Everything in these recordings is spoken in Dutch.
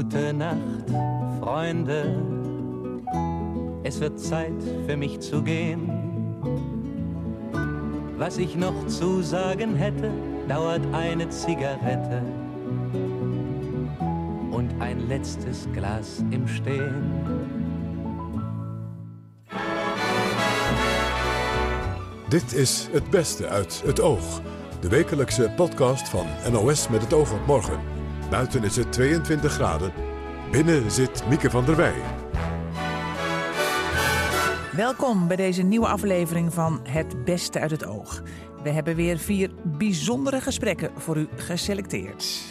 Gute Nacht, Freunde. Es wird Zeit für mich zu gehen. Was ich noch zu sagen hätte, dauert eine Zigarette und ein letztes Glas im Stehen. Dit is Het Beste uit het Oog. De wekelijkse podcast van NOS met het oog op morgen. Buiten is het 22 graden. Binnen zit Mieke van der Wij. Welkom bij deze nieuwe aflevering van Het Beste uit het Oog. We hebben weer 4 bijzondere gesprekken voor u geselecteerd.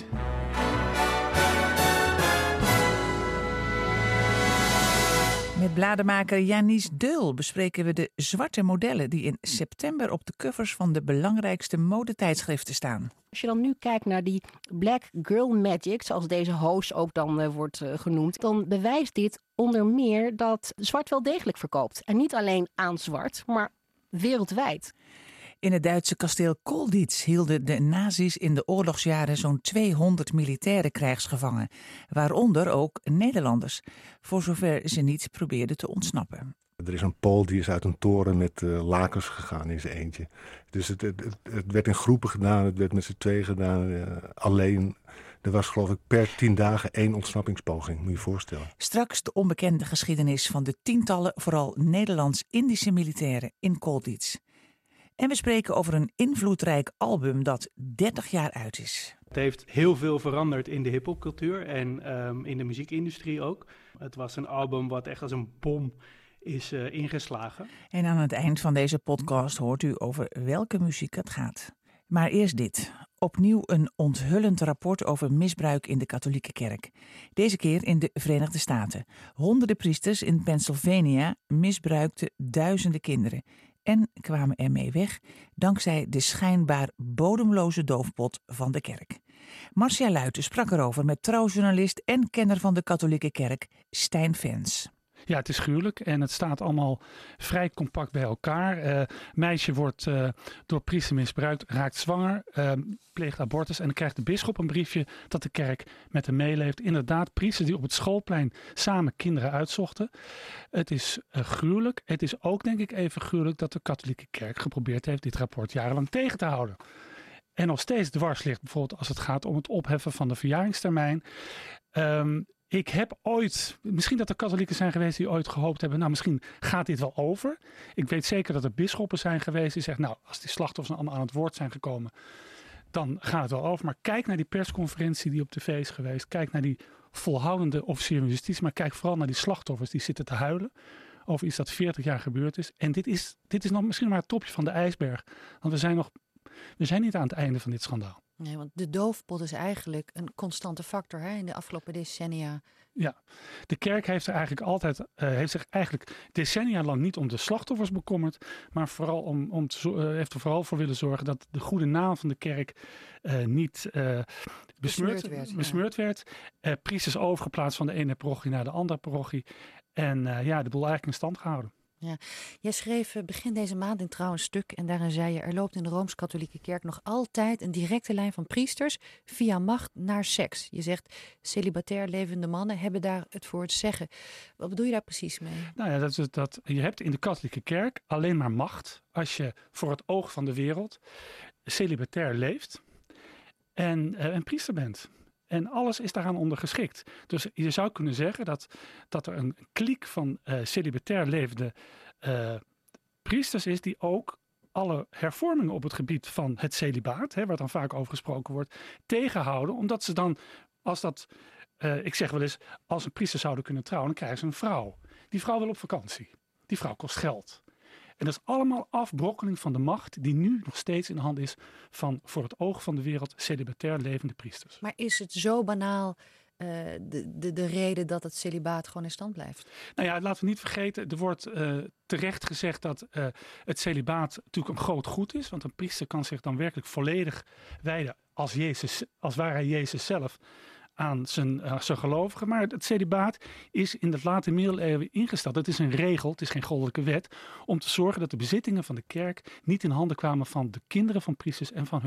Met blademaker Janice Deul bespreken we de zwarte modellen die in september op de covers van de belangrijkste modetijdschriften staan. Als je dan nu kijkt naar die Black Girl Magic, zoals deze host ook dan wordt genoemd, dan bewijst dit onder meer dat zwart wel degelijk verkoopt. En niet alleen aan zwart, maar wereldwijd. In het Duitse kasteel Colditz hielden de nazi's in de oorlogsjaren zo'n 200 militaire krijgsgevangen, waaronder ook Nederlanders, voor zover ze niet probeerden te ontsnappen. Er is een Pool die is uit een toren met lakens gegaan in zijn eentje. Dus het werd in groepen gedaan, het werd met z'n tweeën gedaan, alleen. Er was geloof ik per 10 dagen 1 ontsnappingspoging, moet je je voorstellen. Straks de onbekende geschiedenis van de tientallen, vooral Nederlands-Indische militairen in Colditz. En we spreken over een invloedrijk album dat 30 jaar uit is. Het heeft heel veel veranderd in de hiphopcultuur en in de muziekindustrie ook. Het was een album wat echt als een bom is ingeslagen. En aan het eind van deze podcast hoort u over welke muziek het gaat. Maar eerst dit. Opnieuw een onthullend rapport over misbruik in de katholieke kerk. Deze keer in de Verenigde Staten. Honderden priesters in Pennsylvania misbruikten duizenden kinderen. En kwamen ermee weg dankzij de schijnbaar bodemloze doofpot van de kerk. Marcia Luijten sprak erover met trouwjournalist en kenner van de katholieke kerk Stijn Fens. Ja, het is gruwelijk en het staat allemaal vrij compact bij elkaar. Meisje wordt door priester misbruikt, raakt zwanger, pleegt abortus en dan krijgt de bisschop een briefje dat de kerk met hem meeleeft. Inderdaad, priesters die op het schoolplein samen kinderen uitzochten. Het is gruwelijk. Het is ook denk ik even gruwelijk dat de katholieke kerk geprobeerd heeft dit rapport jarenlang tegen te houden. En nog steeds dwars ligt bijvoorbeeld als het gaat om het opheffen van de verjaringstermijn. Ik heb ooit, misschien dat er katholieken zijn geweest die ooit gehoopt hebben, nou misschien gaat dit wel over. Ik weet zeker dat er bisschoppen zijn geweest die zeggen, nou als die slachtoffers allemaal aan het woord zijn gekomen, dan gaat het wel over. Maar kijk naar die persconferentie die op tv is geweest. Kijk naar die volhoudende officier van justitie. Maar kijk vooral naar die slachtoffers die zitten te huilen over iets dat 40 jaar gebeurd is. En dit is nog misschien maar het topje van de ijsberg. Want we zijn niet aan het einde van dit schandaal. Nee, want de doofpot is eigenlijk een constante factor in de afgelopen decennia. Ja, de kerk heeft zich eigenlijk decennia lang niet om de slachtoffers bekommerd, maar vooral heeft er vooral voor willen zorgen dat de goede naam van de kerk niet besmeurd werd. Priesters overgeplaatst van de ene parochie naar de andere parochie en de boel eigenlijk in stand gehouden. Ja. Jij schreef begin deze maand in Trouw een stuk en daarin zei je, er loopt in de Rooms-Katholieke Kerk nog altijd een directe lijn van priesters via macht naar seks. Je zegt, celibatair levende mannen hebben daar het voor het zeggen. Wat bedoel je daar precies mee? Nou ja, dat je hebt in de katholieke kerk alleen maar macht als je voor het oog van de wereld celibatair leeft en een priester bent. En alles is daaraan ondergeschikt. Dus je zou kunnen zeggen dat er een kliek van celibatair levende priesters is die ook alle hervormingen op het gebied van het celibaat, waar dan vaak over gesproken wordt, tegenhouden. Omdat ze dan, ik zeg wel eens, als een priester zouden kunnen trouwen, dan krijgen ze een vrouw. Die vrouw wil op vakantie. Die vrouw kost geld. En dat is allemaal afbrokkeling van de macht die nu nog steeds in de hand is van voor het oog van de wereld celibatair levende priesters. Maar is het zo banaal de reden dat het celibaat gewoon in stand blijft? Nou ja, laten we niet vergeten, er wordt terecht gezegd dat het celibaat natuurlijk een groot goed is. Want een priester kan zich dan werkelijk volledig wijden als ware hij Jezus zelf aan zijn gelovigen. Maar het celibaat is in de late middeleeuwen ingesteld. Het is een regel, het is geen goddelijke wet, om te zorgen dat de bezittingen van de kerk niet in handen kwamen van de kinderen van priesters en van hun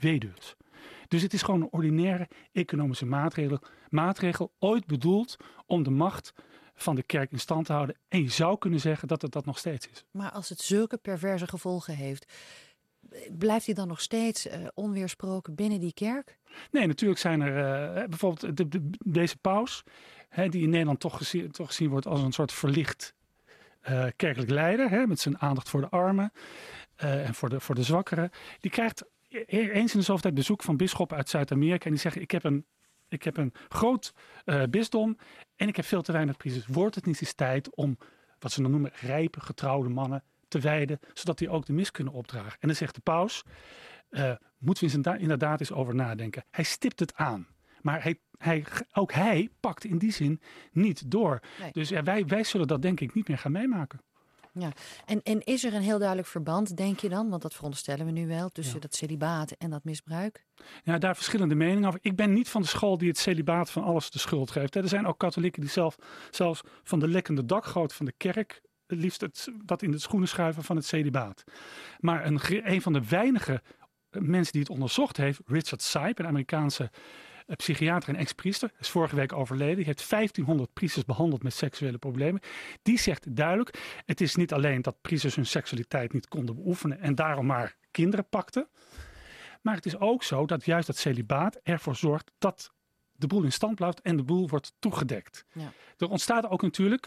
weduws. Dus het is gewoon een ordinaire economische maatregel ooit bedoeld om de macht van de kerk in stand te houden. En je zou kunnen zeggen dat het dat nog steeds is. Maar als het zulke perverse gevolgen heeft, blijft hij dan nog steeds onweersproken binnen die kerk? Nee, natuurlijk zijn er bijvoorbeeld deze paus, die in Nederland toch gezien wordt als een soort verlicht kerkelijk leider, met zijn aandacht voor de armen en voor de zwakkeren. Die krijgt eens in de zoveel tijd bezoek van bisschoppen uit Zuid-Amerika en die zeggen: ik heb een groot bisdom en ik heb veel te weinig priesters. Wordt het niet eens tijd om, wat ze dan noemen, rijpe, getrouwde mannen te wijden, zodat die ook de mis kunnen opdragen? En dan zegt de paus: moeten we inderdaad eens over nadenken. Hij stipt het aan. Maar ook hij pakt in die zin niet door. Nee. Dus wij zullen dat denk ik niet meer gaan meemaken. Ja, en is er een heel duidelijk verband, denk je dan? Want dat veronderstellen we nu wel, tussen dat celibaat en dat misbruik? Ja, daar verschillende meningen over. Ik ben niet van de school die het celibaat van alles de schuld geeft. Er zijn ook katholieken die zelfs van de lekkende dakgoot van de kerk het liefst dat in de schoenen schuiven van het celibaat. Maar een van de weinige mensen die het onderzocht heeft, Richard Sipe, een Amerikaanse psychiater en ex-priester, is vorige week overleden. Die heeft 1500 priesters behandeld met seksuele problemen. Die zegt duidelijk: het is niet alleen dat priesters hun seksualiteit niet konden beoefenen en daarom maar kinderen pakten. Maar het is ook zo dat juist dat celibaat ervoor zorgt dat de boel in stand blijft en de boel wordt toegedekt. Ja. Er ontstaat ook natuurlijk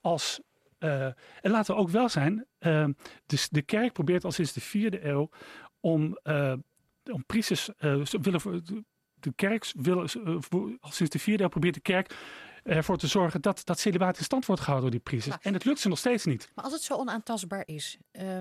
en laten we ook wel zijn, dus de kerk probeert al sinds de 4e eeuw om priesters de kerk al sinds de 4e eeuw probeert de kerk ervoor te zorgen dat celibaat in stand wordt gehouden door die priesters. En het lukt ze nog steeds niet. Maar als het zo onaantastbaar is,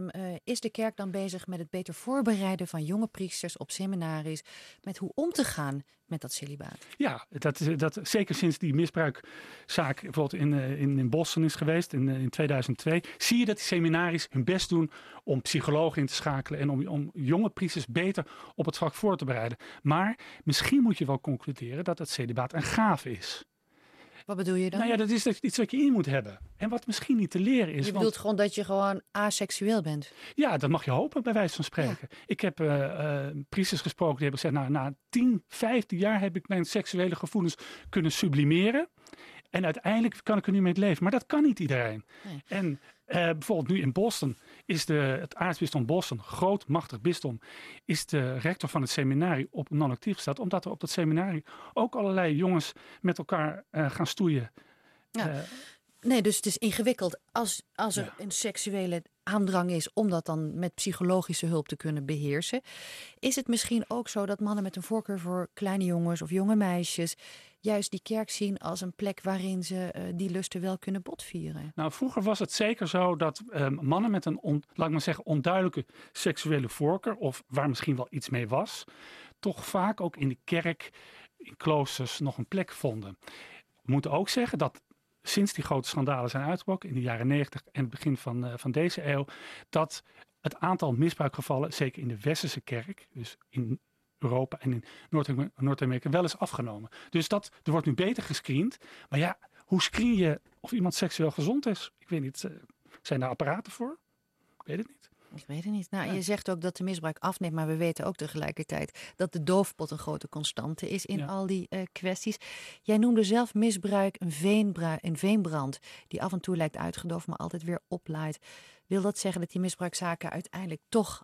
is de kerk dan bezig met het beter voorbereiden van jonge priesters op seminaries, met hoe om te gaan met dat celibaat? Ja, dat zeker sinds die misbruikzaak bijvoorbeeld in Boston is geweest in 2002, zie je dat die seminaries hun best doen om psychologen in te schakelen en om jonge priesters beter op het vak voor te bereiden. Maar misschien moet je wel concluderen dat het celibaat een gave is. Wat bedoel je dan? Nou ja, dat is iets wat je in moet hebben. En wat misschien niet te leren is. Je bedoelt gewoon dat je gewoon aseksueel bent? Ja, dat mag je hopen, bij wijze van spreken. Ja. Ik heb priesters gesproken die hebben gezegd: na 10, 15 jaar heb ik mijn seksuele gevoelens kunnen sublimeren. En uiteindelijk kan ik er nu mee leven. Maar dat kan niet iedereen. Nee. En bijvoorbeeld nu in Boston is het aartsbisdom Boston, groot, machtig bisdom, is de rector van het seminarie op non-actief gesteld, omdat er op dat seminarie ook allerlei jongens met elkaar gaan stoeien. Ja. Nee, dus het is ingewikkeld als er een seksuele aandrang is om dat dan met psychologische hulp te kunnen beheersen. Is het misschien ook zo dat mannen met een voorkeur voor kleine jongens of jonge meisjes juist die kerk zien als een plek waarin ze die lusten wel kunnen botvieren? Nou, vroeger was het zeker zo dat mannen met een, laat ik maar zeggen, onduidelijke seksuele voorkeur, of waar misschien wel iets mee was, toch vaak ook in de kerk, in kloosters, nog een plek vonden. We moeten ook zeggen dat sinds die grote schandalen zijn uitgebroken in de jaren 90 en het begin van deze eeuw, dat het aantal misbruikgevallen, zeker in de westerse kerk, dus in Europa en in Noord-Amerika, wel is afgenomen. Dus er wordt nu beter gescreend. Maar ja, hoe screen je of iemand seksueel gezond is? Ik weet niet, zijn daar apparaten voor? Ik weet het niet. Ik weet het niet. Nou, je zegt ook dat de misbruik afneemt, maar we weten ook tegelijkertijd dat de doofpot een grote constante is in al die kwesties. Jij noemde zelf misbruik een veenbrand die af en toe lijkt uitgedoofd, maar altijd weer oplaait. Wil dat zeggen dat die misbruikzaken uiteindelijk toch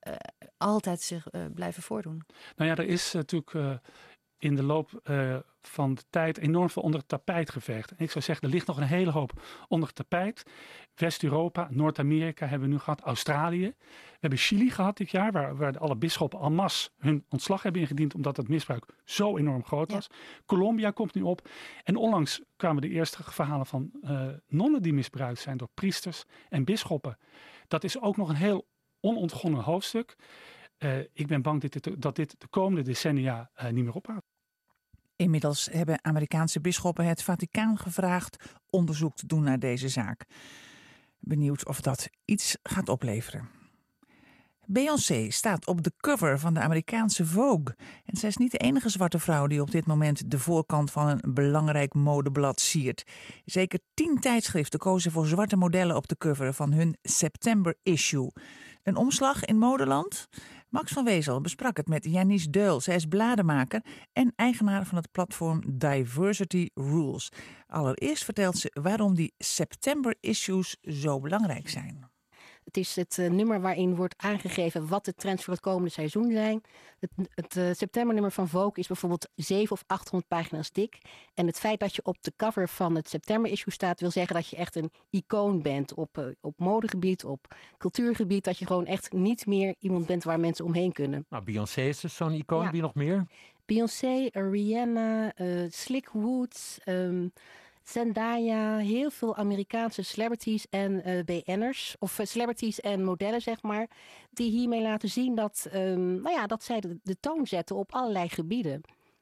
altijd zich blijven voordoen? Nou ja, er is natuurlijk in de loop van de tijd enorm veel onder het tapijt geveegd. En ik zou zeggen, er ligt nog een hele hoop onder het tapijt. West-Europa, Noord-Amerika hebben we nu gehad, Australië. We hebben Chili gehad dit jaar, waar alle bisschoppen en masse hun ontslag hebben ingediend, omdat het misbruik zo enorm groot was. Ja. Colombia komt nu op. En onlangs kwamen de eerste verhalen van nonnen die misbruikt zijn door priesters en bisschoppen. Dat is ook nog een heel onontgonnen hoofdstuk. Ik ben bang dat dit de komende decennia niet meer ophoudt. Inmiddels hebben Amerikaanse bisschoppen het Vaticaan gevraagd onderzoek te doen naar deze zaak. Benieuwd of dat iets gaat opleveren. Beyoncé staat op de cover van de Amerikaanse Vogue. En zij is niet de enige zwarte vrouw die op dit moment de voorkant van een belangrijk modeblad siert. Zeker 10 tijdschriften kozen voor zwarte modellen op de cover van hun September issue. Een omslag in modeland? Max van Wezel besprak het met Janice Deul. Zij is blademaker en eigenaar van het platform Diversity Rules. Allereerst vertelt ze waarom die September-issues zo belangrijk zijn. Het is het nummer waarin wordt aangegeven wat de trends voor het komende seizoen zijn. Het septembernummer van Vogue is bijvoorbeeld 700 of 800 pagina's dik. En het feit dat je op de cover van het september-issue staat, wil zeggen dat je echt een icoon bent op modegebied, op cultuurgebied. Dat je gewoon echt niet meer iemand bent waar mensen omheen kunnen. Nou, Beyoncé is dus zo'n icoon. Ja. Wie nog meer? Beyoncé, Rihanna, Slick Woods, Zendaya, heel veel Amerikaanse celebrities en BN'ers, of celebrities en modellen, zeg maar, die hiermee laten zien dat, dat zij de toon zetten op allerlei gebieden.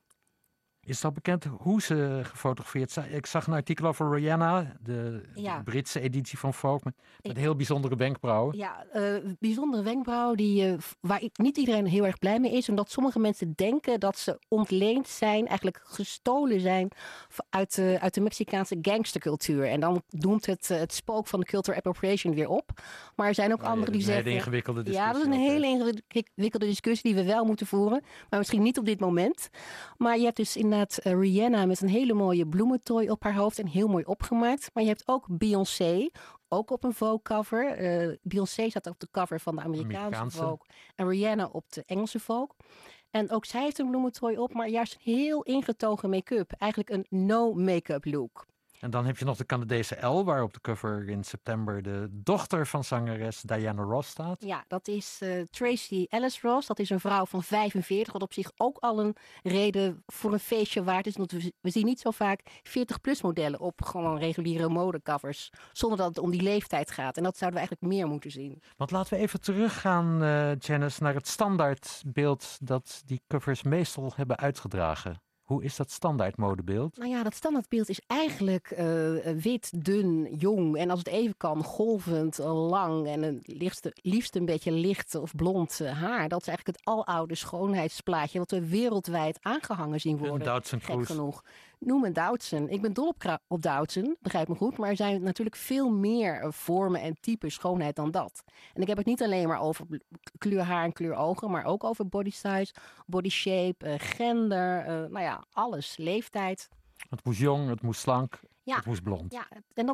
Is het al bekend hoe ze gefotografeerd zijn? Ik zag een artikel over Rihanna, de Britse editie van Vogue, met heel bijzondere wenkbrauwen. Ja, bijzondere wenkbrauwen waar niet iedereen heel erg blij mee is. Omdat sommige mensen denken dat ze ontleend zijn, eigenlijk gestolen zijn uit de Mexicaanse gangstercultuur. En dan doemt het spook van de cultural appropriation weer op. Maar er zijn ook anderen die zeggen... Dat is een hele ingewikkelde discussie. Ja, dat is een hele ingewikkelde discussie die we wel moeten voeren. Maar misschien niet op dit moment. Maar je hebt dus inderdaad Rihanna met een hele mooie bloementooi op haar hoofd en heel mooi opgemaakt. Maar je hebt ook Beyoncé, ook op een Vogue-cover. Beyoncé staat op de cover van de Amerikaanse Vogue en Rihanna op de Engelse Vogue. En ook zij heeft een bloementooi op, maar juist een heel ingetogen make-up. Eigenlijk een no-make-up look. En dan heb je nog de Canadese Elle, waar op de cover in september de dochter van zangeres Diana Ross staat. Ja, dat is Tracy Ellis Ross. Dat is een vrouw van 45, wat op zich ook al een reden voor een feestje waard is. Want we zien niet zo vaak 40-plus modellen op gewoon reguliere modecovers, zonder dat het om die leeftijd gaat. En dat zouden we eigenlijk meer moeten zien. Want laten we even teruggaan, Janice, naar het standaardbeeld dat die covers meestal hebben uitgedragen. Hoe is dat standaard modebeeld? Nou ja, dat standaardbeeld is eigenlijk wit, dun, jong. En als het even kan, golvend, lang en liefst een beetje licht of blond haar. Dat is eigenlijk het aloude schoonheidsplaatje wat we wereldwijd aangehangen zien worden. Gek genoeg. Noem een Doutzen. Ik ben dol op Doutzen, begrijp me goed. Maar er zijn natuurlijk veel meer vormen en typen schoonheid dan dat. En ik heb het niet alleen maar over kleur haar en kleur ogen, maar ook over body size, body shape, gender, alles, leeftijd. Het moest jong, het moest slank, het moest blond. Ja, en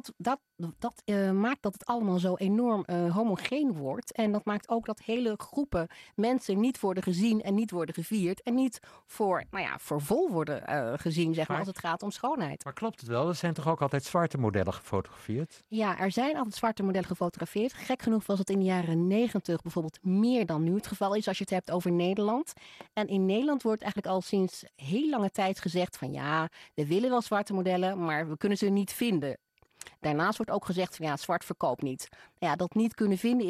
dat maakt dat het allemaal zo enorm homogeen wordt. En dat maakt ook dat hele groepen mensen niet worden gezien en niet worden gevierd. En niet voor vol worden gezien, zeg maar, als het gaat om schoonheid. Maar klopt het wel? Er zijn toch ook altijd zwarte modellen gefotografeerd? Ja, er zijn altijd zwarte modellen gefotografeerd. Gek genoeg was het in de jaren 90 bijvoorbeeld meer dan nu het geval is als je het hebt over Nederland. En in Nederland wordt eigenlijk al sinds heel lange tijd gezegd van ja, we willen wel zwarte modellen, maar we kunnen ze niet vinden. Daarnaast wordt ook gezegd van zwart verkoopt niet. Ja, dat niet kunnen vinden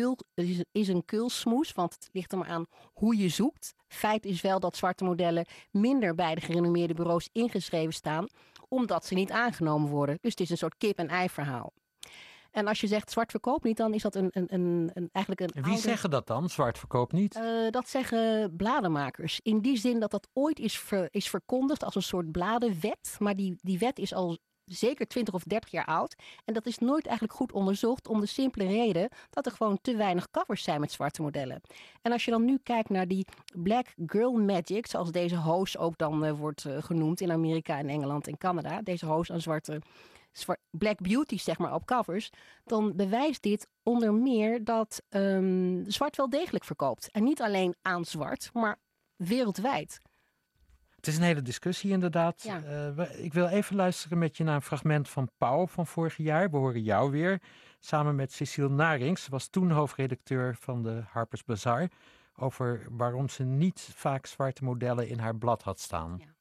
is een kulsmoes, want het ligt er maar aan hoe je zoekt. Feit is wel dat zwarte modellen minder bij de gerenommeerde bureaus ingeschreven staan, omdat ze niet aangenomen worden. Dus het is een soort kip-en-ei verhaal. En als je zegt zwart verkoopt niet, dan is dat eigenlijk een En wie zeggen dat dan, zwart verkoopt niet? Dat zeggen bladenmakers. In die zin dat dat ooit is verkondigd als een soort bladenwet. Maar die wet is al zeker 20 of 30 jaar oud. En dat is nooit eigenlijk goed onderzocht om de simpele reden dat er gewoon te weinig covers zijn met zwarte modellen. En als je dan nu kijkt naar die Black Girl Magic, zoals deze host ook dan wordt genoemd in Amerika en Engeland en Canada. Deze host aan zwarte Black Beauties, zeg maar, op covers, dan bewijst dit onder meer dat zwart wel degelijk verkoopt. En niet alleen aan zwart, maar wereldwijd. Het is een hele discussie inderdaad. Ja. Ik wil even luisteren met je naar een fragment van Pauw van vorig jaar. We horen jou weer, samen met Cecile Narings. Ze was toen hoofdredacteur van de Harper's Bazaar, over waarom ze niet vaak zwarte modellen in haar blad had staan. Ja.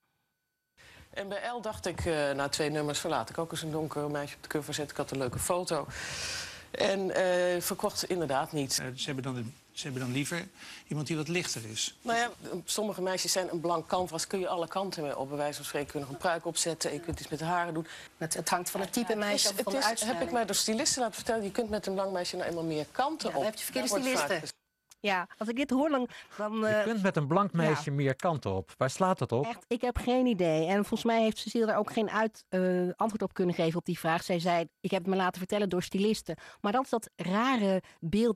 En bij Elle dacht ik, na 2 nummers verlaat ik ook eens een donker meisje op de cover zetten. Ik had een leuke foto. En verkocht inderdaad niet. Ze hebben dan liever iemand die wat lichter is. Nou ja, sommige meisjes zijn een blank canvas. Kun je alle kanten mee op. Bij wijze van spreken kun je nog een pruik opzetten. Je kunt iets met de haren doen. Het hangt van het type meisje of van de heb ik mij door stylisten laten vertellen. Je kunt met een blank meisje nou eenmaal meer kanten op. Dan heb je verkeerde stylisten. Ja, als ik dit hoor, dan... Je kunt met een blank meisje meer kanten op. Waar slaat dat op? Echt, ik heb geen idee. En volgens mij heeft Cecile daar ook geen antwoord op kunnen geven op die vraag. Zij zei, ik heb het me laten vertellen door stylisten. Maar dat is dat rare beeld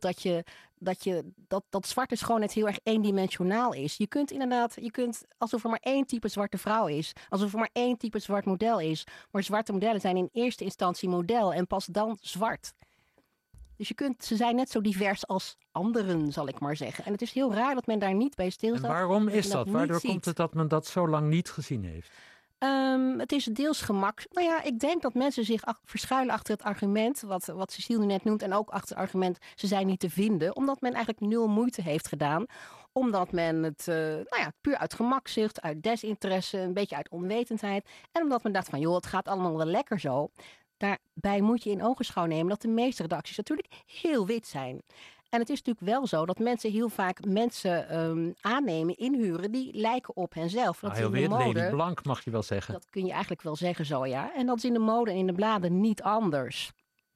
dat zwart dus gewoon net heel erg eendimensionaal is. Je kunt alsof er maar één type zwarte vrouw is. Alsof er maar één type zwart model is. Maar zwarte modellen zijn in eerste instantie model en pas dan zwart. Dus ze zijn net zo divers als anderen, zal ik maar zeggen. En het is heel raar dat men daar niet bij stilstaat. En waarom is dat? Waardoor komt het dat men dat zo lang niet gezien heeft? Het is deels gemak. Nou ja, ik denk dat mensen zich verschuilen achter het argument, wat Cecile nu net noemt, en ook achter het argument, ze zijn niet te vinden, omdat men eigenlijk 0 moeite heeft gedaan. Omdat men het puur uit gemakzucht, uit desinteresse, een beetje uit onwetendheid, en omdat men dacht van, joh, het gaat allemaal wel lekker zo. Daarbij moet je in ogenschouw nemen dat de meeste redacties natuurlijk heel wit zijn. En het is natuurlijk wel zo dat mensen heel vaak mensen aannemen, inhuren, die lijken op henzelf. Dat heel wit, Lady Blanc mag je wel zeggen. Dat kun je eigenlijk wel zeggen zo, ja. En dat is in de mode en in de bladen niet anders.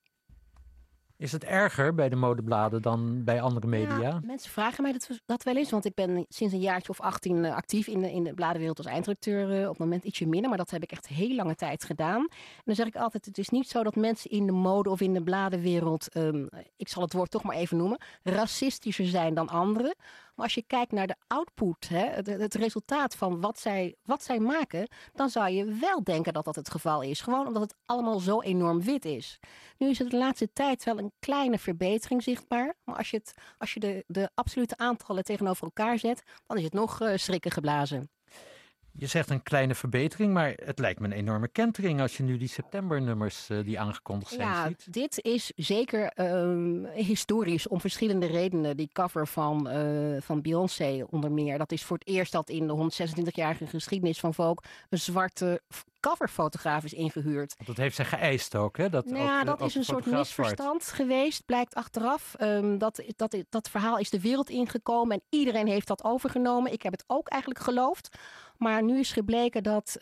Is het erger bij de modebladen dan bij andere media? Ja, mensen vragen mij dat wel eens, want ik ben sinds een jaartje of 18 actief in de bladenwereld als eindredacteur. Op het moment ietsje minder, maar dat heb ik echt heel lange tijd gedaan. En dan zeg ik altijd, het is niet zo dat mensen in de mode of in de bladenwereld, ik zal het woord toch maar even noemen, racistischer zijn dan anderen. Maar als je kijkt naar de output, het resultaat van wat zij maken, dan zou je wel denken dat dat het geval is. Gewoon omdat het allemaal zo enorm wit is. Nu is het de laatste tijd wel een kleine verbetering zichtbaar. Maar als je de absolute aantallen tegenover elkaar zet, dan is het nog schrikken geblazen. Je zegt een kleine verbetering, maar het lijkt me een enorme kentering als je nu die septembernummers die aangekondigd zijn ziet. Ja, dit is zeker historisch om verschillende redenen. Die cover van Beyoncé onder meer. Dat is voor het eerst dat in de 126-jarige geschiedenis van Vogue een zwarte coverfotograaf is ingehuurd. Want dat heeft zij geëist ook, hè? Dat is een soort misverstand geweest, blijkt achteraf. Dat verhaal is de wereld ingekomen en iedereen heeft dat overgenomen. Ik heb het ook eigenlijk geloofd. Maar nu is gebleken dat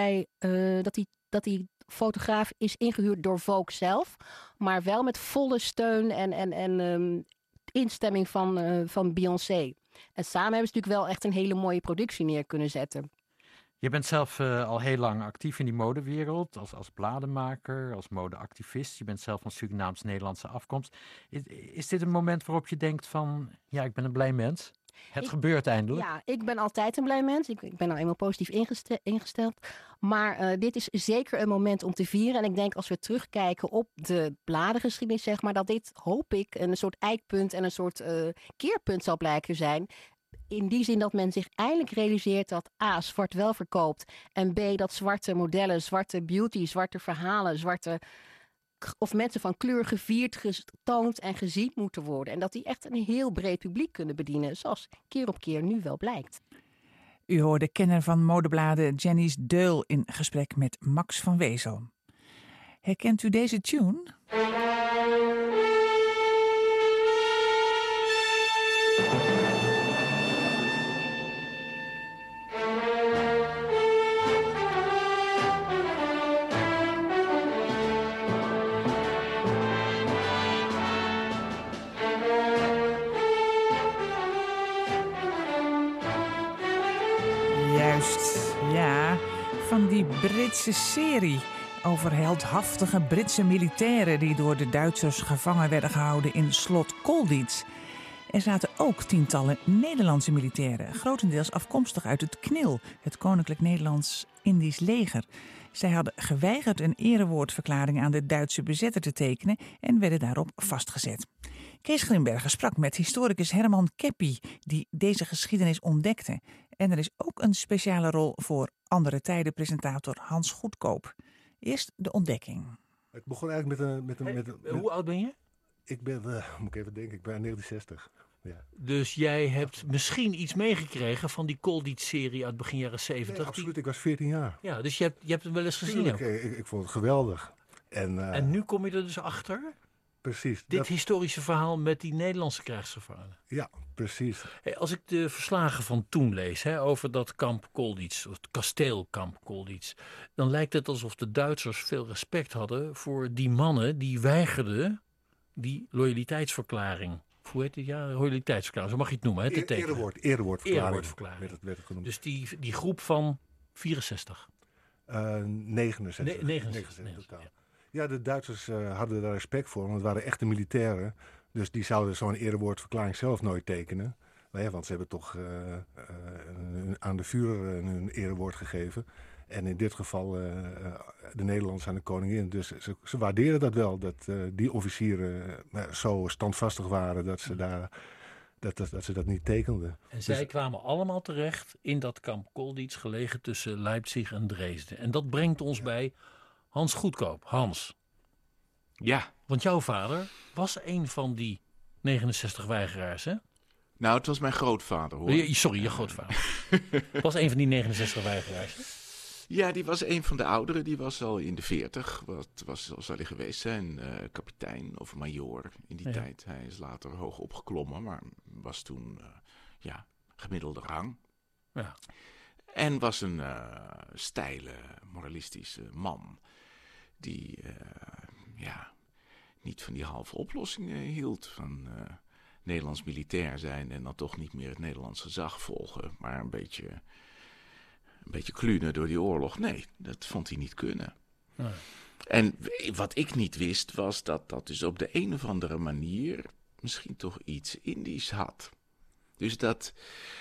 die fotograaf is ingehuurd door Vogue zelf. Maar wel met volle steun en instemming van Beyoncé. En samen hebben ze natuurlijk wel echt een hele mooie productie neer kunnen zetten. Je bent zelf al heel lang actief in die modewereld, als bladenmaker, als modeactivist. Je bent zelf van Surinaams-Nederlandse afkomst. Is dit een moment waarop je denkt van, ja, ik ben een blij mens? Het gebeurt eindelijk. Ja, ik ben altijd een blij mens. Ik ben nou eenmaal positief ingesteld. Maar dit is zeker een moment om te vieren. En ik denk als we terugkijken op de bladengeschiedenis, zeg maar, dat dit, hoop ik, een soort eikpunt en een soort keerpunt zal blijken zijn. In die zin dat men zich eindelijk realiseert dat A, zwart wel verkoopt. En B, dat zwarte modellen, zwarte beauty, zwarte verhalen, of mensen van kleur gevierd, getoond en gezien moeten worden. En dat die echt een heel breed publiek kunnen bedienen, zoals keer op keer nu wel blijkt. U hoorde kenner van modebladen Janice Deul in gesprek met Max van Wezel. Herkent u deze tune? Juist, ja, van die Britse serie over heldhaftige Britse militairen die door de Duitsers gevangen werden gehouden in slot Colditz. Er zaten ook tientallen Nederlandse militairen, grotendeels afkomstig uit het KNIL, het Koninklijk Nederlands-Indisch Leger. Zij hadden geweigerd een erewoordverklaring aan de Duitse bezetter te tekenen en werden daarop vastgezet. Kees Grimbergen sprak met historicus Herman Keppie, die deze geschiedenis ontdekte. En er is ook een speciale rol voor andere tijden presentator Hans Goedkoop. Eerst de ontdekking. Het begon eigenlijk met een hoe oud ben je? Ik ben, moet ik even denken, ik ben 1960. Ja. Dus jij hebt misschien iets meegekregen van die Colditz-serie uit begin jaren 70? Nee, absoluut, ik was 14 jaar. Ja, dus je hebt het wel eens gezien. Ik vond het geweldig. En nu kom je er dus achter? Precies. Dit historische verhaal met die Nederlandse krijgsgevangenen. Ja, precies. Hey, als ik de verslagen van toen lees over dat kamp Colditz, of het kasteelkamp Colditz, dan lijkt het alsof de Duitsers veel respect hadden voor die mannen die weigerden die loyaliteitsverklaring hoe heet het? Ja, loyaliteitsverklaring, zo mag je het noemen. Hè, te tekenen. Erewoordverklaring. Werd het genoemd. Dus die groep van 64? 69. 69 totaal. Ja, de Duitsers hadden daar respect voor, want het waren echte militairen. Dus die zouden zo'n erewoordverklaring zelf nooit tekenen. Want ze hebben toch aan de Führer hun erewoord gegeven. En in dit geval de Nederlanders aan de koningin. Dus ze waarderen dat wel, dat die officieren zo standvastig waren dat ze dat niet tekenden. En zij kwamen allemaal terecht in dat kamp Kolditz, gelegen tussen Leipzig en Dresden. En dat brengt ons bij Hans Goedkoop. Hans. Ja. Want jouw vader was een van die 69 weigeraars, hè? Nou, het was mijn grootvader, hoor. Sorry, je grootvader. Was een van die 69 weigeraars? Ja, die was een van de ouderen. Die was al in de 40. Zal hij geweest zijn? Kapitein of majoor in die tijd. Hij is later hoog opgeklommen, maar was toen gemiddelde rang. Ja. En was een steile, moralistische man. Die niet van die halve oplossingen hield. Van Nederlands militair zijn en dan toch niet meer het Nederlands gezag volgen. Maar een beetje klunen door die oorlog. Nee, dat vond hij niet kunnen. Nee. En wat ik niet wist was dat dus op de een of andere manier misschien toch iets Indisch had. Dus dat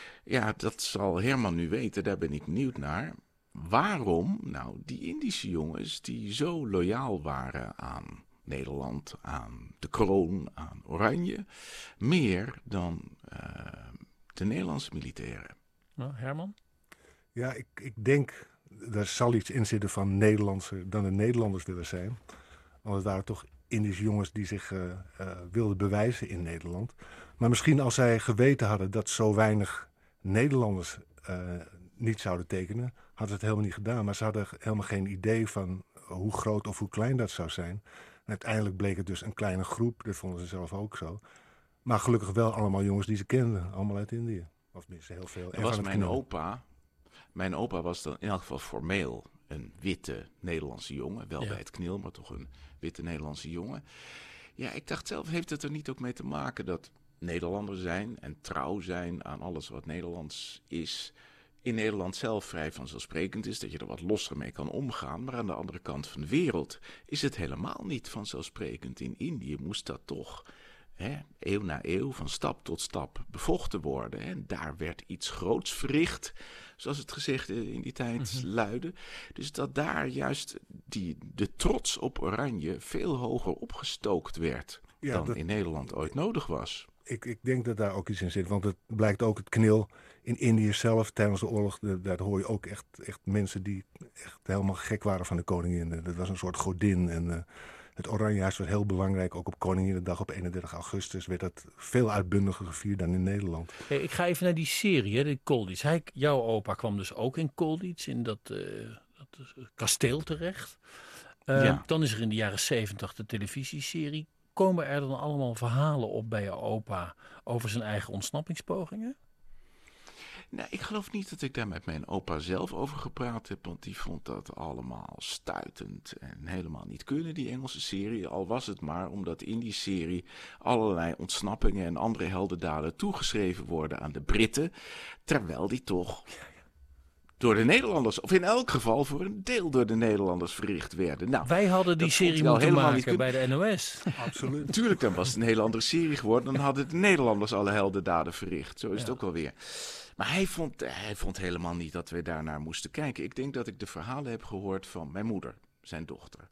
zal Herman nu weten, daar ben ik benieuwd naar. Waarom nou die Indische jongens die zo loyaal waren aan Nederland, aan de kroon, aan Oranje, meer dan de Nederlandse militairen. Nou, Herman? Ja, ik denk, er zal iets in zitten van Nederlandser dan de Nederlanders willen zijn. Want het waren toch Indische jongens die zich wilden bewijzen in Nederland. Maar misschien als zij geweten hadden dat zo weinig Nederlanders niet zouden tekenen, hadden ze het helemaal niet gedaan. Maar ze hadden helemaal geen idee van hoe groot of hoe klein dat zou zijn. En uiteindelijk bleek het dus een kleine groep, dat vonden ze zelf ook zo. Maar gelukkig wel allemaal jongens die ze kenden, allemaal uit Indië. Of tenminste heel veel. Dat was mijn opa. Mijn opa was dan in elk geval formeel een witte Nederlandse jongen. Wel bij het KNIL, maar toch een witte Nederlandse jongen. Ja, ik dacht zelf, heeft het er niet ook mee te maken dat Nederlander zijn en trouw zijn aan alles wat Nederlands is, in Nederland zelf vrij vanzelfsprekend is, dat je er wat losser mee kan omgaan. Maar aan de andere kant van de wereld is het helemaal niet vanzelfsprekend. In Indië moest dat toch eeuw na eeuw, van stap tot stap bevochten worden. En daar werd iets groots verricht, zoals het gezegd in die tijd luidde. Dus dat daar juist de trots op Oranje veel hoger opgestookt werd dan in Nederland ooit nodig was. Ik denk dat daar ook iets in zit, want het blijkt ook het KNIL in Indië zelf tijdens de oorlog. Daar hoor je ook echt mensen die echt helemaal gek waren van de koningin. Dat was een soort godin en het Oranjehuis was heel belangrijk. Ook op Koninginnedag op 31 augustus werd dat veel uitbundiger gevierd dan in Nederland. Hey, ik ga even naar die serie, hè, de Kolditz. Jouw opa kwam dus ook in Kolditz, in dat kasteel terecht. Dan is er in de jaren 70 de televisieserie. Komen er dan allemaal verhalen op bij je opa over zijn eigen ontsnappingspogingen? Nou, ik geloof niet dat ik daar met mijn opa zelf over gepraat heb, want die vond dat allemaal stuitend en helemaal niet kunnen, die Engelse serie. Al was het maar omdat in die serie allerlei ontsnappingen en andere heldendaden toegeschreven worden aan de Britten, terwijl die toch door de Nederlanders, of in elk geval voor een deel door de Nederlanders verricht werden. Nou, wij hadden die serie moeten maken bij de NOS. Absoluut. Natuurlijk, dan was het een hele andere serie geworden. Dan hadden de Nederlanders alle heldendaden verricht. Zo is het ook wel weer. Maar hij vond helemaal niet dat we daarnaar moesten kijken. Ik denk dat ik de verhalen heb gehoord van mijn moeder, zijn dochter.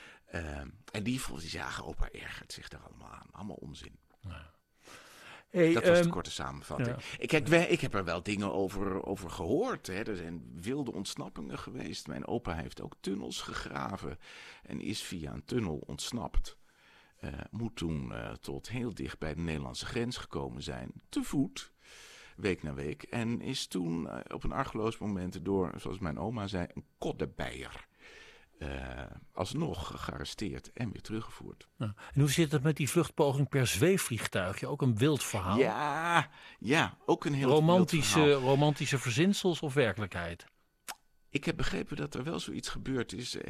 En die zei, opa ergert zich daar allemaal aan. Allemaal onzin. Ja. Hey, dat was de korte samenvatting. Ja. Ik heb er wel dingen over gehoord. Hè. Er zijn wilde ontsnappingen geweest. Mijn opa heeft ook tunnels gegraven en is via een tunnel ontsnapt. Moet toen tot heel dicht bij de Nederlandse grens gekomen zijn, te voet, week na week. En is toen op een argeloos moment door, zoals mijn oma zei, een koddebeier alsnog gearresteerd en weer teruggevoerd. Ja. En hoe zit het met die vluchtpoging per zweefvliegtuigje? Ook een wild verhaal? Ja, ook een heel romantische, wild verhaal. Romantische verzinsels of werkelijkheid? Ik heb begrepen dat er wel zoiets gebeurd is. Ze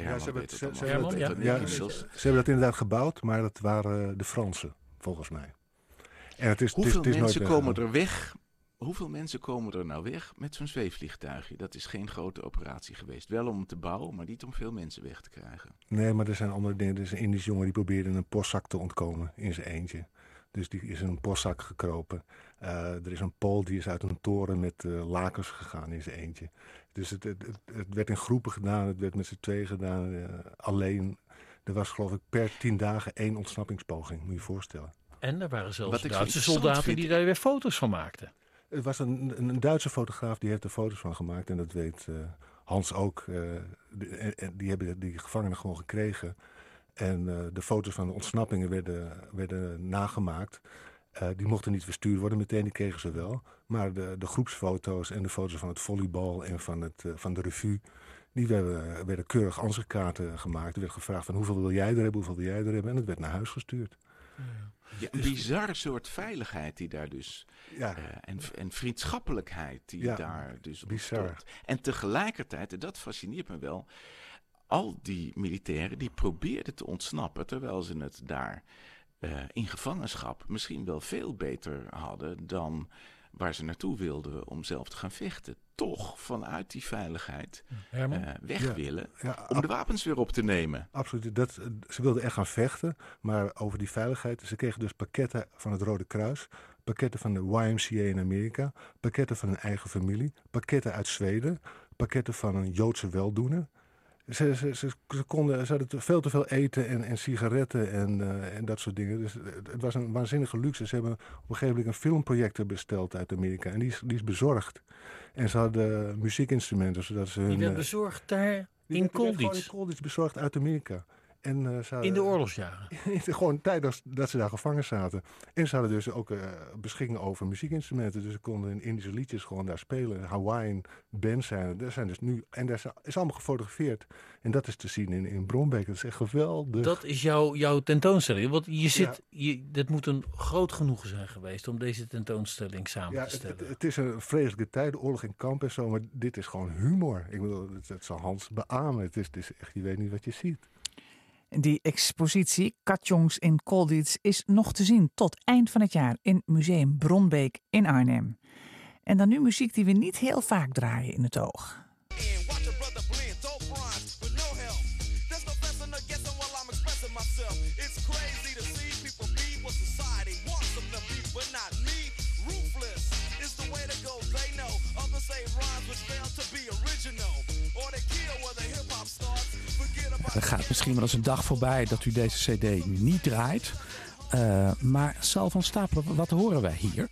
hebben dat inderdaad gebouwd, maar dat waren de Fransen, volgens mij. En Hoeveel mensen komen er weg? Hoeveel mensen komen er nou weg met zo'n zweefvliegtuigje? Dat is geen grote operatie geweest. Wel om te bouwen, maar niet om veel mensen weg te krijgen. Nee, maar er zijn andere dingen. Er is een Indisch jongen die probeerde een postzak te ontkomen in zijn eentje. Dus die is in een postzak gekropen. Er is een Pool die is uit een toren met lakens gegaan in zijn eentje. Dus het werd in groepen gedaan, het werd met z'n tweeën gedaan. Alleen, er was geloof ik per 10 dagen 1 ontsnappingspoging, moet je je voorstellen. En er waren zelfs Duitse soldaten die daar weer foto's van maakten. Het was een Duitse fotograaf die heeft er foto's van gemaakt. En dat weet Hans ook. Die hebben die gevangenen gewoon gekregen. En de foto's van de ontsnappingen werden nagemaakt. Die mochten niet verstuurd worden meteen, die kregen ze wel. Maar de groepsfoto's en de foto's van het volleybal en van de revue... die werden keurig ansichtkaarten gemaakt. Er werd gevraagd van hoeveel wil jij er hebben, hoeveel wil jij er hebben. En het werd naar huis gestuurd. Ja, een bizar soort veiligheid die daar dus... Ja. En vriendschappelijkheid die daar dus ontstond. En tegelijkertijd, en dat fascineert me wel... al die militairen die probeerden te ontsnappen... terwijl ze het daar in gevangenschap misschien wel veel beter hadden... dan waar ze naartoe wilden om zelf te gaan vechten. Toch vanuit die veiligheid weg willen om de wapens weer op te nemen. Absoluut. Ze wilden echt gaan vechten, maar over die veiligheid... Ze kregen dus pakketten van het Rode Kruis, pakketten van de YMCA in Amerika... pakketten van hun eigen familie, pakketten uit Zweden... pakketten van een Joodse weldoener... Ze hadden veel te veel eten en sigaretten en dat soort dingen. Dus het was een waanzinnige luxe. Ze hebben op een gegeven moment een filmprojector besteld uit Amerika. En die is bezorgd. En ze hadden muziekinstrumenten. Zodat ze die werd bezorgd daar in Colditz? In Colditz bezorgd uit Amerika. En, in de oorlogsjaren? Gewoon tijdens dat ze daar gevangen zaten. En ze hadden dus ook beschikking over muziekinstrumenten. Dus ze konden in Indische liedjes gewoon daar spelen. Hawaiian bands zijn er. Zijn dus nu, en dat is allemaal gefotografeerd. En dat is te zien in Brombeek. Dat is echt geweldig. Dat is jouw tentoonstelling. Want dit moet een groot genoegen zijn geweest om deze tentoonstelling samen te stellen. Het is een vreselijke tijd, de oorlog in kamp en zo. Maar dit is gewoon humor. Ik bedoel, dat zal Hans beamen. Het is echt, je weet niet wat je ziet. Die expositie Katjongs in Colditz is nog te zien tot eind van het jaar in Museum Bronbeek in Arnhem. En dan nu muziek die we niet heel vaak draaien in het oog. Er gaat misschien wel eens een dag voorbij dat u deze cd niet draait. Maar Sal van Stapelen, wat horen wij hier?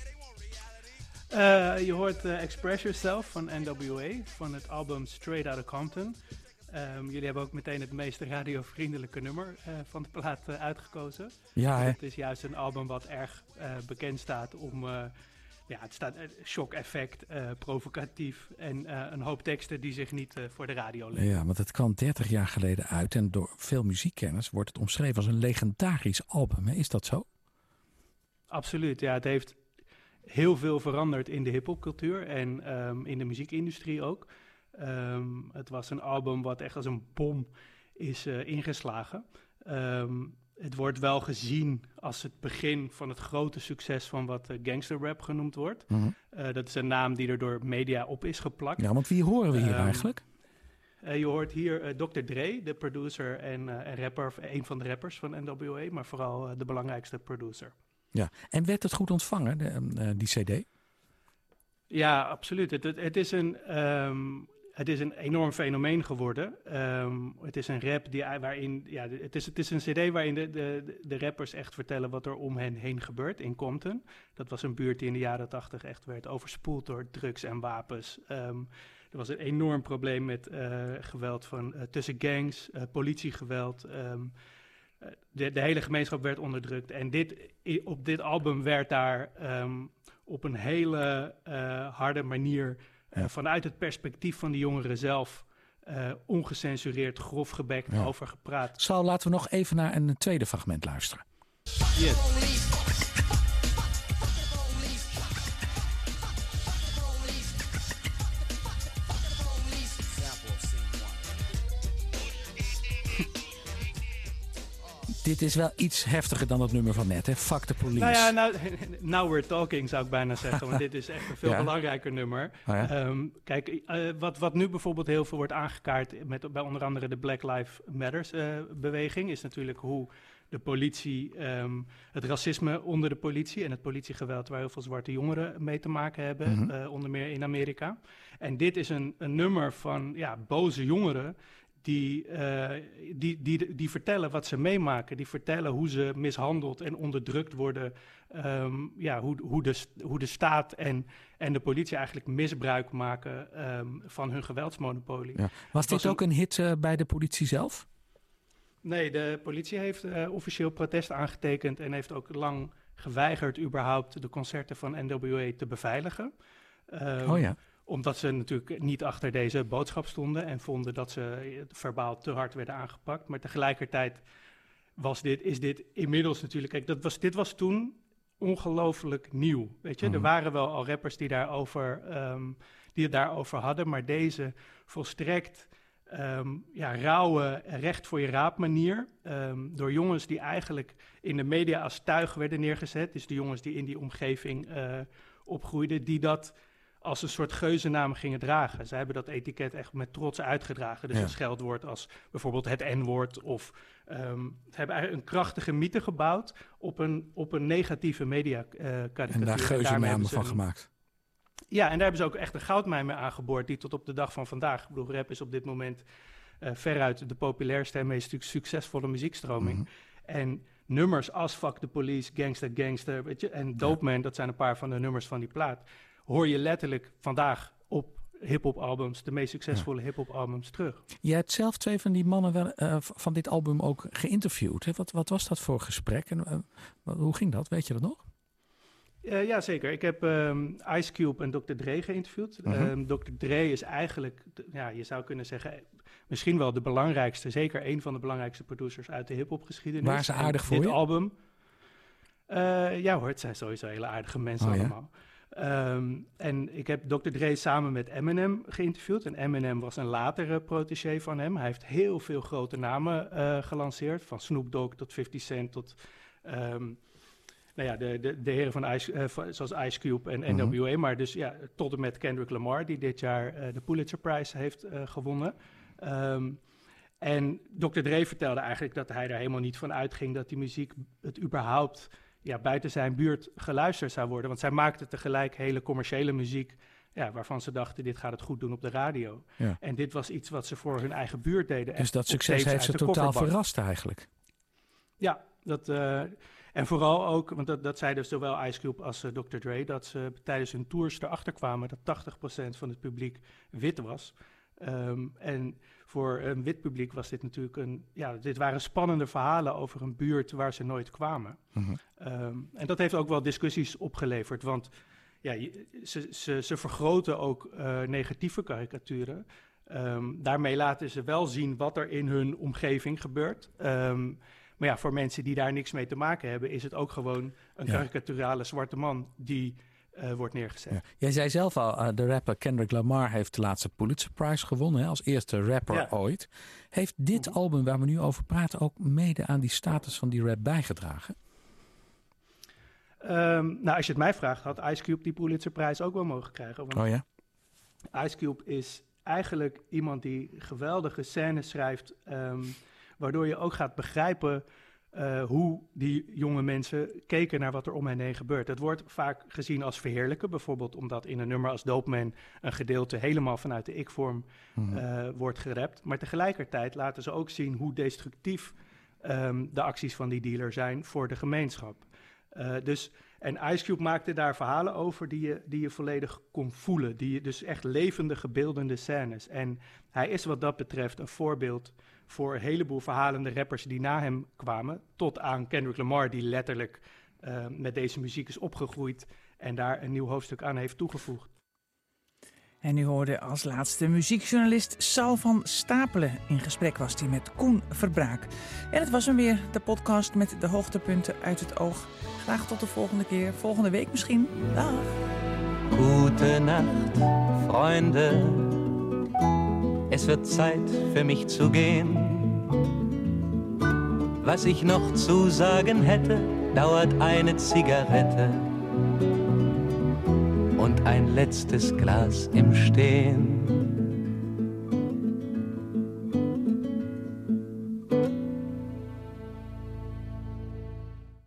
Je hoort Express Yourself van NWA, van het album Straight Outta Compton. Jullie hebben ook meteen het meest radiovriendelijke nummer van de plaat uitgekozen. Ja, hè? Het is juist een album wat erg bekend staat om... het staat shock-effect, provocatief en een hoop teksten die zich niet voor de radio leggen. Ja, want het kwam 30 jaar geleden uit en door veel muziekkenners wordt het omschreven als een legendarisch album. Hè? Is dat zo? Absoluut, ja. Het heeft heel veel veranderd in de hiphopcultuur en in de muziekindustrie ook. Het was een album wat echt als een bom is ingeslagen. Het wordt wel gezien als het begin van het grote succes van wat gangsterrap genoemd wordt. Mm-hmm. Dat is een naam die er door media op is geplakt. Ja, want wie horen we hier eigenlijk? Je hoort hier Dr. Dre, de producer en rapper, een van de rappers van NWA, maar vooral de belangrijkste producer. Ja, en werd het goed ontvangen, die cd? Ja, absoluut. Het is een enorm fenomeen geworden. Het is een rap waarin... Ja, het is een cd waarin de rappers echt vertellen wat er om hen heen gebeurt in Compton. Dat was een buurt die in de jaren 80 echt werd overspoeld door drugs en wapens. Er was een enorm probleem met geweld tussen gangs, politiegeweld. De hele gemeenschap werd onderdrukt. En op dit album werd daar op een hele harde manier... vanuit het perspectief van de jongeren zelf ongecensureerd, grof gebekt over gepraat. Sal, laten we nog even naar een tweede fragment luisteren. Yes. Dit is wel iets heftiger dan het nummer van net, hè? Fuck the police. Nou ja, now we're talking zou ik bijna zeggen. Want dit is echt een veel belangrijker nummer. Oh ja? Kijk, wat nu bijvoorbeeld heel veel wordt aangekaart bij onder andere de Black Lives Matters beweging, is natuurlijk hoe de politie, het racisme onder de politie en het politiegeweld waar heel veel zwarte jongeren mee te maken hebben, onder meer in Amerika. En dit is een nummer van boze jongeren die vertellen wat ze meemaken. Die vertellen hoe ze mishandeld en onderdrukt worden. Hoe de staat en de politie eigenlijk misbruik maken van hun geweldsmonopolie. Ja. Was dit ook een hit bij de politie zelf? Nee, de politie heeft officieel protest aangetekend en heeft ook lang geweigerd überhaupt de concerten van NWA te beveiligen. Omdat ze natuurlijk niet achter deze boodschap stonden en vonden dat ze verbaal te hard werden aangepakt. Maar tegelijkertijd is dit inmiddels natuurlijk... Kijk, dit was toen ongelooflijk nieuw, weet je. Er waren wel al rappers die het daarover hadden, maar deze volstrekt rauwe, recht voor je raap manier, door jongens die eigenlijk in de media als tuig werden neergezet, dus de jongens die in die omgeving opgroeiden, die dat als een soort geuzennaam gingen dragen. Ze hebben dat etiket echt met trots uitgedragen. Dus een scheldwoord als bijvoorbeeld het N-woord. Of ze hebben eigenlijk een krachtige mythe gebouwd op een negatieve mediakarikatuur. En daar geuzennamen van gemaakt. Ja, en daar hebben ze ook echt een goudmijn mee aangeboord, die tot op de dag van vandaag... Ik bedoel, rap is op dit moment veruit de populairste en meest succesvolle muziekstroming. En nummers als Fuck the Police, Gangsta Gangster, weet je, en Dope Man, dat zijn een paar van de nummers van die plaat, hoor je letterlijk vandaag op hip-hop albums, de meest succesvolle hip-hop albums, terug. Je hebt zelf 2 van die mannen van dit album ook geïnterviewd. Hè? Wat was dat voor gesprek en hoe ging dat? Weet je dat nog? Ja, zeker. Ik heb Ice Cube en Dr. Dre geïnterviewd. Dr. Dre is eigenlijk, je zou kunnen zeggen, misschien wel de belangrijkste, zeker een van de belangrijkste producers uit de hip-hopgeschiedenis. Waren ze aardig voor dit je? Album. Ja hoor, het zijn sowieso hele aardige mensen allemaal. En ik heb Dr. Dre samen met Eminem geïnterviewd. En Eminem was een latere protégé van hem. Hij heeft heel veel grote namen gelanceerd. Van Snoop Dogg tot 50 Cent tot de heren van zoals Ice Cube en NWA. Maar dus tot en met Kendrick Lamar, die dit jaar de Pulitzer Prize heeft gewonnen. En Dr. Dre vertelde eigenlijk dat hij er helemaal niet van uitging dat die muziek het überhaupt buiten zijn buurt geluisterd zou worden. Want zij maakten tegelijk hele commerciële muziek, waarvan ze dachten, dit gaat het goed doen op de radio. Ja. En dit was iets wat ze voor hun eigen buurt deden. Dus dat succes heeft ze totaal verrast eigenlijk. Ja, en vooral ook, want dat zeiden zowel Ice Cube als Dr. Dre, dat ze tijdens hun tours erachter kwamen dat 80% van het publiek wit was. En voor een wit publiek was dit natuurlijk dit waren spannende verhalen over een buurt waar ze nooit kwamen. En dat heeft ook wel discussies opgeleverd, want ze vergroten ook negatieve karikaturen. Daarmee laten ze wel zien wat er in hun omgeving gebeurt. Maar voor mensen die daar niks mee te maken hebben, is het ook gewoon een karikaturale zwarte man die wordt neergezet. Ja. Jij zei zelf al, de rapper Kendrick Lamar heeft de laatste Pulitzer Prize gewonnen, als eerste rapper ooit. Heeft dit album waar we nu over praten ook mede aan die status van die rap bijgedragen? Als je het mij vraagt, had Ice Cube die Pulitzer Prize ook wel mogen krijgen. Want Ice Cube is eigenlijk iemand die geweldige scènes schrijft, waardoor je ook gaat begrijpen hoe die jonge mensen keken naar wat er om hen heen gebeurt. Het wordt vaak gezien als verheerlijken, bijvoorbeeld omdat in een nummer als Dope Man een gedeelte helemaal vanuit de ik-vorm wordt gerapt. Maar tegelijkertijd laten ze ook zien hoe destructief de acties van die dealer zijn voor de gemeenschap. En Ice Cube maakte daar verhalen over die je volledig kon voelen. Dus echt levendige, beeldende scènes. En hij is wat dat betreft een voorbeeld voor een heleboel verhalende rappers die na hem kwamen. Tot aan Kendrick Lamar, die letterlijk met deze muziek is opgegroeid en daar een nieuw hoofdstuk aan heeft toegevoegd. En u hoorde als laatste muziekjournalist Sal van Stapelen. In gesprek was hij met Koen Verbraak. En het was hem weer, de podcast met de hoogtepunten uit het oog. Graag tot de volgende keer, volgende week misschien. Dag. Gute Nacht, Freunde. Es wird Zeit für mich zu gehen. Was ich noch zu sagen hätte, dauert eine Zigarette und ein letztes Glas im Stehen.